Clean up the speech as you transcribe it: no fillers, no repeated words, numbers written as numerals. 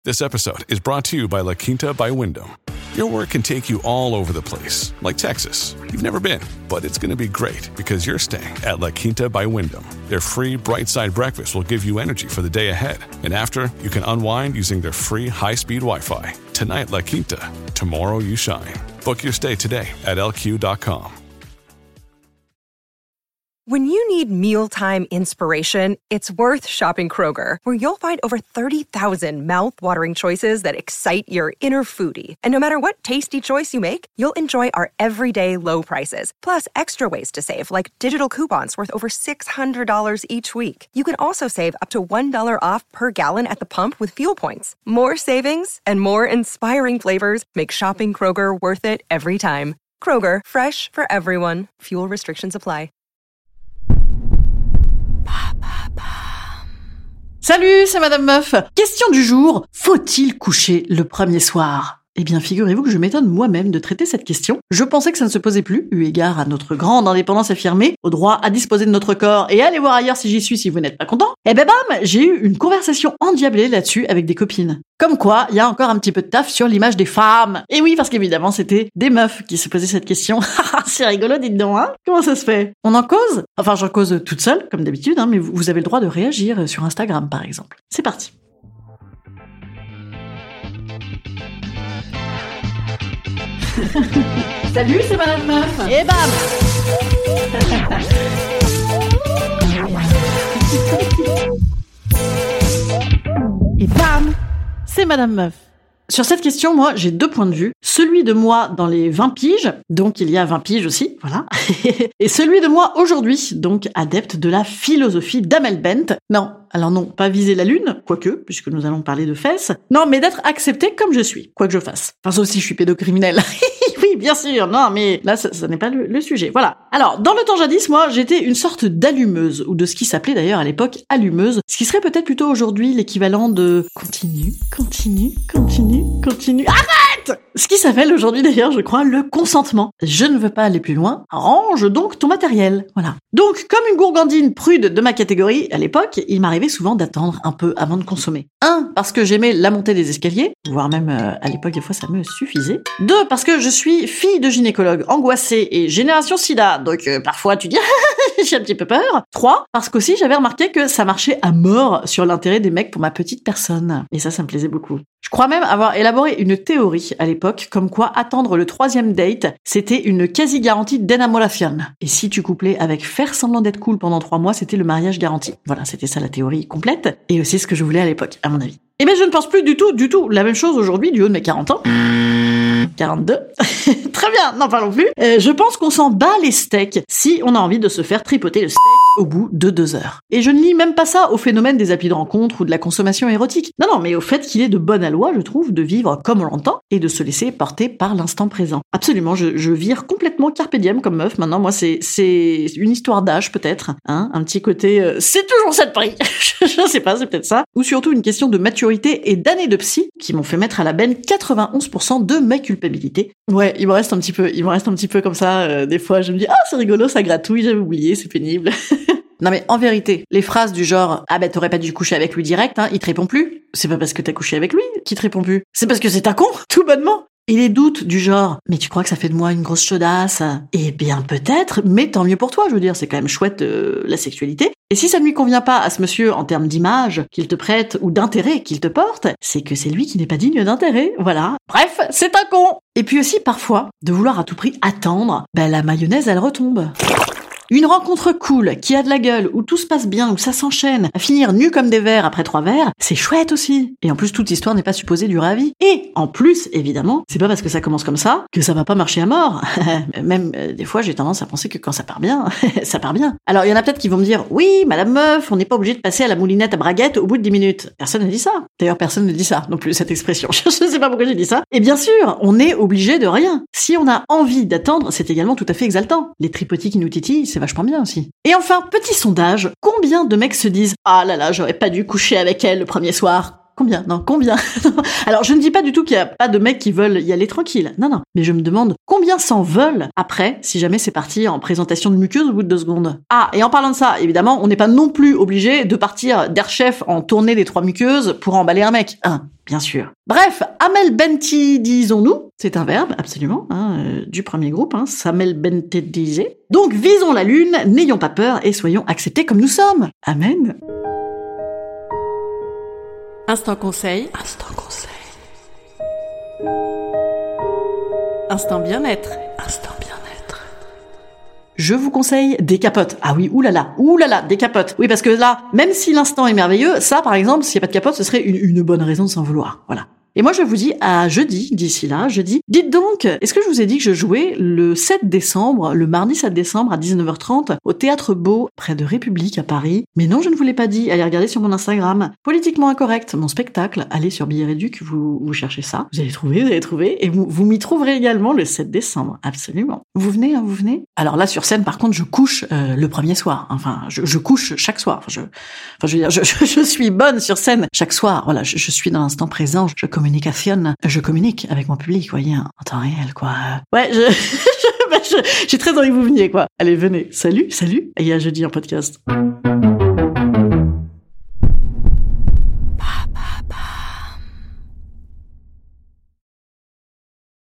This episode is brought to you by La Quinta by Wyndham. Your work can take you all over the place, like Texas. You've never been, but it's going to be great because you're staying at La Quinta by Wyndham. Their free Bright Side breakfast will give you energy for the day ahead. And after, you can unwind using their free high-speed Wi-Fi. Tonight, La Quinta. Tomorrow, you shine. Book your stay today at lq.com. When you need mealtime inspiration, it's worth shopping Kroger, where you'll find over 30,000 mouth-watering choices that excite your inner foodie. And no matter what tasty choice you make, you'll enjoy our everyday low prices, plus extra ways to save, like digital coupons worth over $600 each week. You can also save up to $1 off per gallon at the pump with fuel points. More savings and more inspiring flavors make shopping Kroger worth it every time. Kroger, fresh for everyone. Fuel restrictions apply. Salut, c'est Madame Meuf. Question du jour, faut-il coucher le premier soir ? Eh bien, figurez-vous que je m'étonne moi-même de traiter cette question. Je pensais que ça ne se posait plus, eu égard à notre grande indépendance affirmée, au droit à disposer de notre corps et aller voir ailleurs si j'y suis si vous n'êtes pas content. Eh ben bam, j'ai eu une conversation endiablée là-dessus avec des copines. Comme quoi, il y a encore un petit peu de taf sur l'image des femmes. Et oui, parce qu'évidemment, c'était des meufs qui se posaient cette question. C'est rigolo, dites donc, hein ? Comment ça se fait ? On en cause ? Enfin, j'en cause toute seule, comme d'habitude, hein, mais vous avez le droit de réagir sur Instagram, par exemple. C'est parti. Salut, c'est Madame Meuf. Et bam. Et bam, c'est Madame Meuf. Sur cette question, moi, j'ai deux points de vue. Celui de moi dans les 20 piges, donc il y a 20 piges aussi, voilà. Et celui de moi aujourd'hui, donc adepte de la philosophie d'Amel Bent. Non, alors non, pas viser la lune, quoique, puisque nous allons parler de fesses. Non, mais d'être accepté comme je suis, quoi que je fasse. Enfin, sauf si je suis pédocriminel. Oui, bien sûr, non, mais là, ça n'est pas le sujet. Voilà. Alors, dans le temps jadis, moi, j'étais une sorte d'allumeuse, ou de ce qui s'appelait d'ailleurs à l'époque allumeuse, ce qui serait peut-être plutôt aujourd'hui l'équivalent de continue. Arrête! Ce qui s'appelle aujourd'hui d'ailleurs, je crois, le consentement. Je ne veux pas aller plus loin. Range donc ton matériel. Voilà. Donc, comme une gourgandine prude de ma catégorie, à l'époque, il m'arrivait souvent d'attendre un peu avant de consommer. 1, parce que j'aimais la montée des escaliers, voire même à l'époque, des fois, ça me suffisait. 2, parce que je suis fille de gynécologue angoissée et génération sida, donc parfois tu dis j'ai un petit peu peur. 3, parce qu'aussi j'avais remarqué que ça marchait à mort sur l'intérêt des mecs pour ma petite personne. Et ça me plaisait beaucoup. Je crois même avoir élaboré une théorie à l'époque, comme quoi attendre le 3e date, c'était une quasi-garantie d'enamoration. Et si tu couplais avec faire semblant d'être cool pendant 3 mois, c'était le mariage garanti. Voilà, c'était ça la théorie complète, et aussi ce que je voulais à l'époque, à mon avis. Et bien je ne pense plus du tout la même chose aujourd'hui du haut de mes 40 ans. 42. Très bien, n'en parlons plus. Je pense qu'on s'en bat les steaks si on a envie de se faire tripoter le steak au bout de 2 heures. Et je ne lis même pas ça au phénomène des applis de rencontre ou de la consommation érotique. Non, mais au fait qu'il est de bonne loi, je trouve, de vivre comme on l'entend et de se laisser porter par l'instant présent. Absolument, je vire complètement carpe diem comme meuf. Maintenant, moi, c'est une histoire d'âge peut-être, hein, un petit côté, c'est toujours ça de prix. Je sais pas, c'est peut-être ça. Ou surtout une question de maturité et d'années de psy qui m'ont fait mettre à la benne 91% de ma culpabilité. Ouais, il me reste un petit peu comme ça. Des fois, je me dis, c'est rigolo, ça gratouille, j'avais oublié, c'est pénible. Non mais en vérité, les phrases du genre « Ah ben t'aurais pas dû coucher avec lui direct, hein, il te répond plus », c'est pas parce que t'as couché avec lui qu'il te répond plus, c'est parce que c'est un con, tout bonnement. Et les doutes du genre « Mais tu crois que ça fait de moi une grosse chaudasse ?» Eh bien peut-être, mais tant mieux pour toi, je veux dire, c'est quand même chouette la sexualité. Et si ça ne lui convient pas à ce monsieur en termes d'image qu'il te prête ou d'intérêt qu'il te porte, c'est que c'est lui qui n'est pas digne d'intérêt, voilà. Bref, c'est un con. Et puis aussi parfois, de vouloir à tout prix attendre, la mayonnaise elle retombe. Une rencontre cool, qui a de la gueule, où tout se passe bien, où ça s'enchaîne, à finir nu comme des vers après 3 verres, c'est chouette aussi. Et en plus, toute histoire n'est pas supposée durer à vie. Et en plus, évidemment, c'est pas parce que ça commence comme ça que ça va pas marcher à mort. Même des fois, j'ai tendance à penser que quand ça part bien, ça part bien. Alors, il y en a peut-être qui vont me dire « Oui, Madame Meuf, on n'est pas obligé de passer à la moulinette à braguette au bout de 10 minutes. » Personne ne dit ça. D'ailleurs, personne ne dit ça non plus, cette expression. Je sais pas pourquoi j'ai dit ça. Et bien sûr, on est obligé de rien. Si on a envie d'attendre, c'est également tout à fait exaltant. Les tripotis qui nous titillent, c'est vachement bien aussi. Et enfin, petit sondage, combien de mecs se disent « Ah là là, j'aurais pas dû coucher avec elle le premier soir ?» Combien? Non, combien? Alors, je ne dis pas du tout qu'il n'y a pas de mecs qui veulent y aller tranquille. Non. Mais je me demande combien s'en veulent après, si jamais c'est parti en présentation de muqueuse au bout de 2 secondes. Ah, et en parlant de ça, évidemment, on n'est pas non plus obligé de partir d'Air Chef en tournée des 3 muqueuses pour emballer un mec. Bien sûr. Bref, Amel Benti, disons-nous, c'est un verbe, absolument, du premier groupe, Samel Benti disait. Donc, visons la lune, n'ayons pas peur et soyons acceptés comme nous sommes. Amen. Instant conseil. Instant conseil. Instant bien-être. Instant bien-être. Je vous conseille des capotes. Ah oui, oulala, des capotes. Oui, parce que là, même si l'instant est merveilleux, ça, par exemple, s'il n'y a pas de capote, ce serait une bonne raison de s'en vouloir. Voilà. Et moi, je vous dis à jeudi, d'ici là, jeudi. Dites donc, est-ce que je vous ai dit que je jouais le 7 décembre, le mardi 7 décembre à 19h30 au Théâtre Beau, près de République à Paris? Mais non, je ne vous l'ai pas dit. Allez regarder sur mon Instagram. Politiquement incorrect, mon spectacle. Allez sur Billets Réduc, vous cherchez ça. Vous allez trouver. Et vous m'y trouverez également le 7 décembre. Absolument. Vous venez? Alors là, sur scène, par contre, je couche le premier soir. Enfin, je couche chaque soir. Je veux dire, je suis bonne sur scène chaque soir. Voilà, je suis dans l'instant présent. Je communique avec mon public, voyez, en temps réel, quoi. Ouais, j'ai très envie que vous veniez, quoi. Allez, venez. Salut, et à jeudi en podcast.